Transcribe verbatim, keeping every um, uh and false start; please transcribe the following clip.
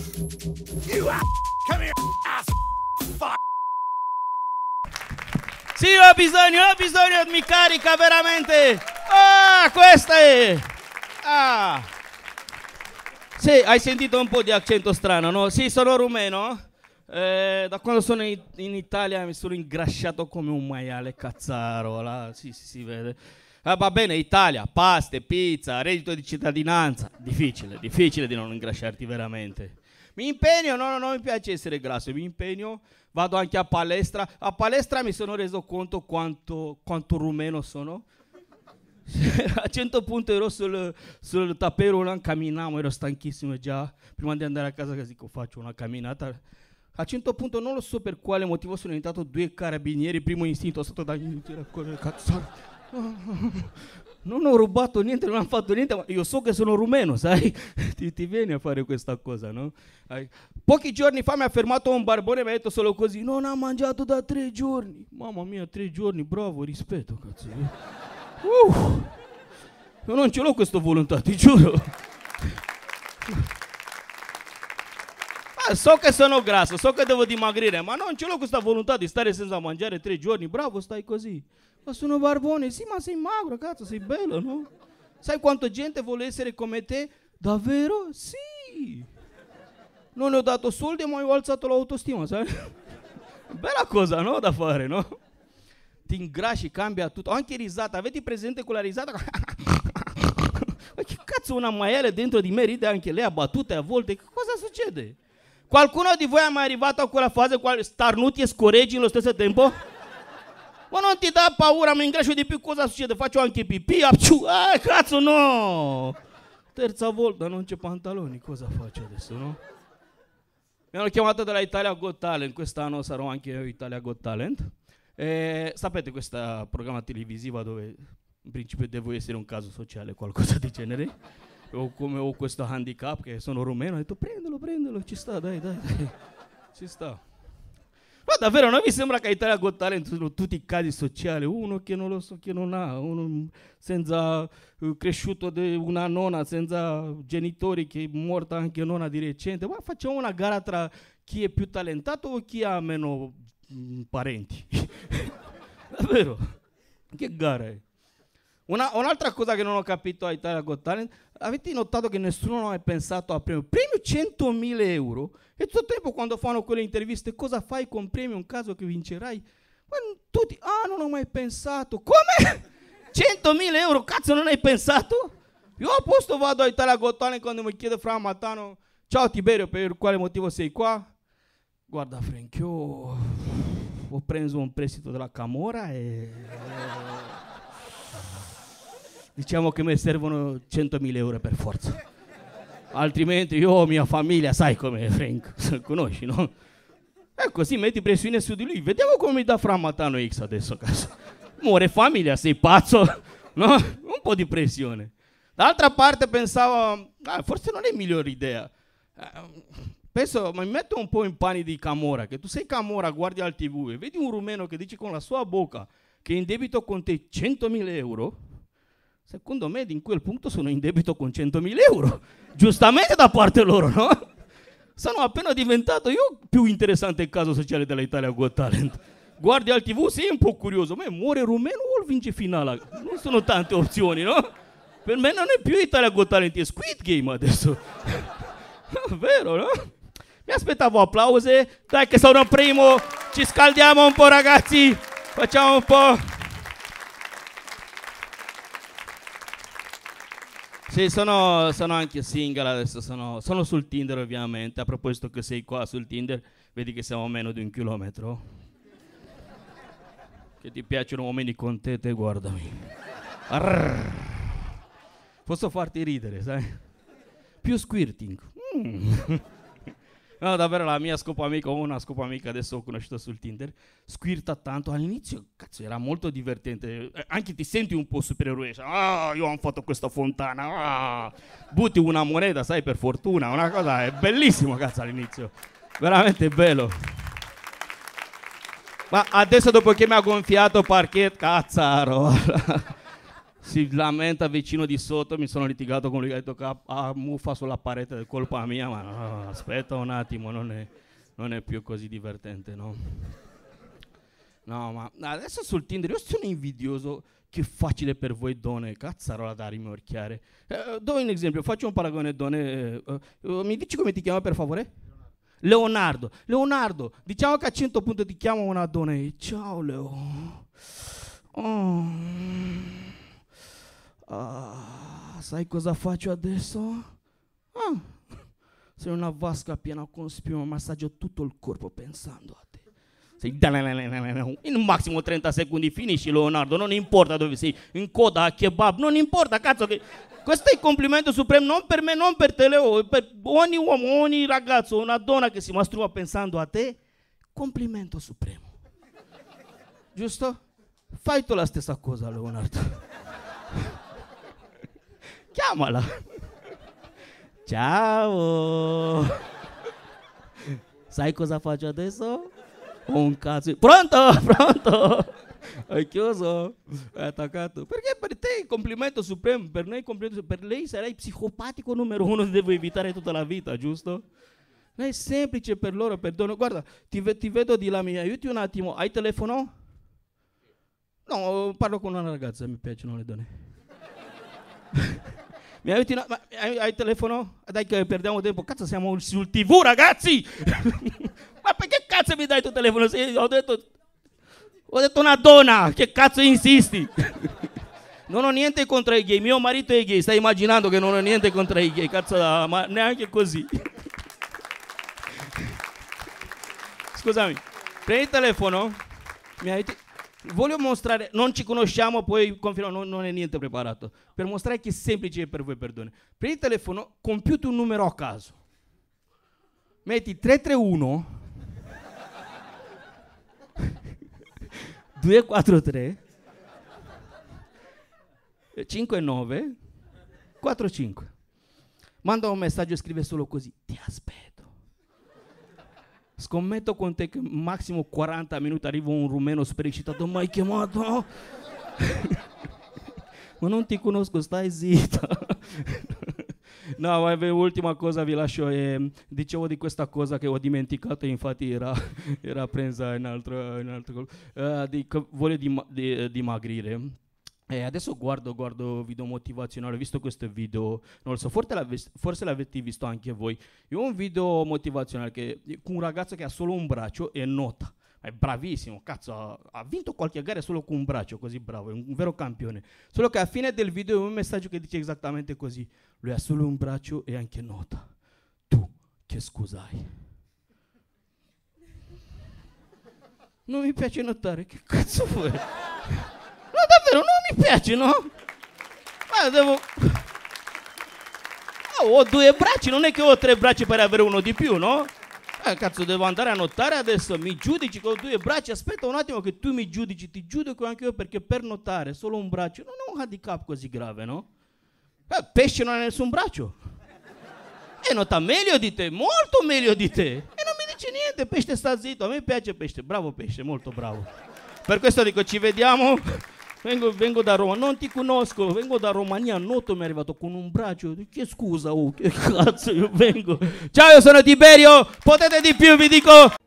You ass. Come here, ass. Fuck. Sì, ho bisogno, ho bisogno, mi carica veramente. Ah, questa è. Ah. Sì, hai sentito un po' di accento strano, no? Sì, sono rumeno. Eh, da quando sono in, in Italia mi sono ingrasciato come un maiale cazzaro. Là. Sì, sì, si vede. Ah, va bene, Italia, paste, pizza, reddito di cittadinanza. Difficile, difficile di non ingrasciarti veramente. Mi impegno, no, no, non mi piace essere grasso, mi impegno, vado anche a palestra. A palestra mi sono reso conto quanto, quanto rumeno sono. A un certo punto ero sul, sul tappeto, camminavo, ero stanchissimo già. Prima di andare a casa che dico faccio una camminata. A un certo punto non lo so per quale motivo sono diventato due carabinieri. Primo istinto, sono stato da iniziare a correre, cazzo. Non ho rubato niente, non ho fatto niente, ma io so che sono rumeno, sai? Ti, ti vieni a fare questa cosa, no? Pochi giorni fa mi ha fermato un barbone e mi ha detto solo così: non ha mangiato da tre giorni. Mamma mia, tre giorni, bravo, rispetto, cazzo. Uh, io non ce l'ho questa volontà, ti giuro. Ah, so che sono grasso, so che devo dimagrire, ma non ce l'ho questa volontà di stare senza mangiare tre giorni. Bravo, stai così. Ma sono barbone, sì, ma sei magro, cazzo, sei bello, no? Sai quanta gente vuole essere come te? Davvero? Sì. Non ne ho dato soldi, ma ho alzato l'autostima, sai? Bella cosa, no? Da fare, no? Ti ingrasci, cambia tutto. Anche risata, avete presente quella risata? Ma che cazzo, una maiale dentro di me ride anche lei a battute a volte. Che cosa succede? Qualcuno di voi è mai arrivato a quella fase quale starnuti e scorreggi nello stesso tempo? Ma non ti dà paura, mi ingrascio di più, cosa succede? Faccio anche pipì, apciù, ah, cazzo no! Terza volta, non c'è pantaloni, cosa faccio adesso, no? Mi hanno chiamato dalla Italia Got Talent, quest'anno sarò anche io Italia Got Talent. E, sapete questa programma televisiva dove in principio devo essere un caso sociale, qualcosa di genere? O come ho questo handicap che sono rumeno, ho detto prendelo, prendelo, ci sta, dai, dai, dai, ci sta. Ma davvero non vi sembra che a Italia Got Talent sono tutti casi sociali? Uno che non lo so, che non ha, uno senza uh, cresciuto di una nonna, senza genitori, che è morta anche nonna di recente. Ma facciamo una gara tra chi è più talentato o chi ha meno mh, parenti. Davvero? Che gara è? Una, un'altra cosa che non ho capito a Italia Got Talent, avete notato che nessuno non ha pensato a premio? Premio centomila euro? E tutto il tempo quando fanno quelle interviste, cosa fai con premio in caso che vincerai? Ma tutti, ah, non ho mai pensato. Come? centomila euro, cazzo, non hai pensato? Io a posto vado a Italia Got Talent quando mi chiede Fra Matano, ciao Tiberio, per quale motivo sei qua? Guarda Frank, io ho preso un prestito della Camorra e... diciamo che mi servono centomila euro per forza. Altrimenti io ho mia famiglia, sai com'è Frank, conosci, no? E così metti pressione su di lui, vediamo come mi dà Fra Matano X adesso, cazzo. Muore famiglia, sei pazzo, no? Un po' di pressione. D'altra parte pensavo, ah, forse non è migliore idea. Eh, penso, mi metto un po' in panni di Camorra, che tu sei Camorra, guardi al tivù e vedi un rumeno che dice con la sua bocca che è in debito con te centomila euro. Secondo me in quel punto sono in debito con centomila euro, giustamente da parte loro, no? Sono appena diventato io più interessante caso sociale dell'Italia Got Talent. Guardi al tivù, sei un po' curioso, ma muore rumeno o vince finale? Non sono tante opzioni, no? Per me non è più Italia Got Talent, è Squid Game adesso. Vero, no? Mi aspettavo applausi, dai che sono primo, ci scaldiamo un po' ragazzi, facciamo un po'... Sì, sono, sono anche single adesso, sono, sono sul Tinder ovviamente. A proposito che sei qua sul Tinder, vedi che siamo a meno di un chilometro. Che ti piacciono uomini con tete, guardami. Arrrr. Posso farti ridere, sai? Più squirting. Mm. No, davvero la mia scopamica, ho una scopamica adesso ho conosciuto sul Tinder, squirta tanto, all'inizio cazzo era molto divertente, eh, anche ti senti un po' supereroe, ah io ho fatto questa fontana, ah, butti una moneta, sai, per fortuna, una cosa, è bellissimo cazzo all'inizio, veramente bello. Ma adesso dopo che mi ha gonfiato parquet, cazzaro, si lamenta vicino di sotto, mi sono litigato con lui, ha detto che ha, ha muffa sulla parete, è colpa mia, ma no, aspetta un attimo, non è, non è più così divertente, no? No, ma adesso sul Tinder io sono invidioso, che facile per voi donne, cazzarola da rimorchiare. Eh, do un esempio, faccio un paragone donne, eh, eh, mi dici come ti chiama per favore? Leonardo. Leonardo, diciamo che a cento punti ti chiamo una donna e ciao Leo. Oh. Ah, sai cosa faccio adesso? Ah, sei una vasca piena con spiuma, massaggio tutto il corpo pensando a te. Sei in un massimo trenta secondi finisci Leonardo, non importa dove sei, in coda a kebab, non importa, cazzo che... Questo è il complimento supremo, non per me, non per te Leo, per ogni uomo, ogni ragazzo, una donna che si masturba pensando a te, complimento supremo. Giusto? Fai tu la stessa cosa Leonardo. Chiamala. Ciao. Sai cosa faccio adesso? Un cazzo. Pronto? Pronto? Hai chiuso? Hai attaccato? Perché per te il complimento supremo, per noi complimento supremo, per lei sarai psicopatico numero uno, devo evitare tutta la vita, giusto? Non è semplice per loro, perdono. Guarda, ti, ve- ti vedo di là, mi aiuti un attimo, hai telefono? No, parlo con una ragazza, mi piacciono le donne. Mi aiuti una... Ma hai, hai telefono? Dai che perdiamo tempo, cazzo siamo sul tivù ragazzi! Ma perché cazzo mi dai il tuo telefono? Se ho detto... Ho detto una donna, che cazzo insisti? Non ho niente contro i gay, mio marito è gay, stai immaginando che non ho niente contro i gay, cazzo, ma neanche così. Scusami, prendi il telefono, mi aiuti? Voglio mostrare, non ci conosciamo, poi confino, non, non è niente preparato, per mostrare che è semplice per voi, perdono. Prendi il telefono, compiuti un numero a caso, metti tre tre uno due quattro tre cinque nove quattro cinque. Manda un messaggio e scrive solo così: ti aspetto. Scommetto con te che massimo quaranta minuti arriva un rumeno spreccitato. Ma hai chiamato? Ma non ti conosco, stai zitta. No, vabbè, ultima cosa vi lascio. Eh, dicevo di questa cosa che ho dimenticato, infatti era, era presa in altro, in altro uh, di, voglio dim- di, dimagrire. E adesso guardo, guardo video motivazionali, ho visto questo video, non lo so, forse, l'ave- forse l'avete visto anche voi. È un video motivazionale che, con un ragazzo che ha solo un braccio e nota. È bravissimo, cazzo, ha, ha vinto qualche gara solo con un braccio, così bravo, è un, un vero campione. Solo che alla fine del video è un messaggio che dice esattamente così: lui ha solo un braccio e anche nota. Tu, che scusai. Non mi piace notare, che cazzo vuoi? No, davvero, non mi piace, no? Ma devo... Oh, ho due bracci, non è che ho tre bracci per avere uno di più, no? Eh, cazzo, devo andare a notare adesso, mi giudici con due bracci, aspetta un attimo che tu mi giudici, ti giudico anche io, perché per notare solo un braccio non è un handicap così grave, no? Eh, pesce non ha nessun braccio. E nota meglio di te, molto meglio di te. E non mi dice niente, pesce sta zitto, a me piace pesce, bravo pesce, molto bravo. Per questo dico, ci vediamo. Vengo, vengo da Roma, non ti conosco, vengo da Romania, noto mi è arrivato con un braccio, che scusa, oh, che cazzo io vengo. Ciao, io sono Tiberio, potete di più, vi dico.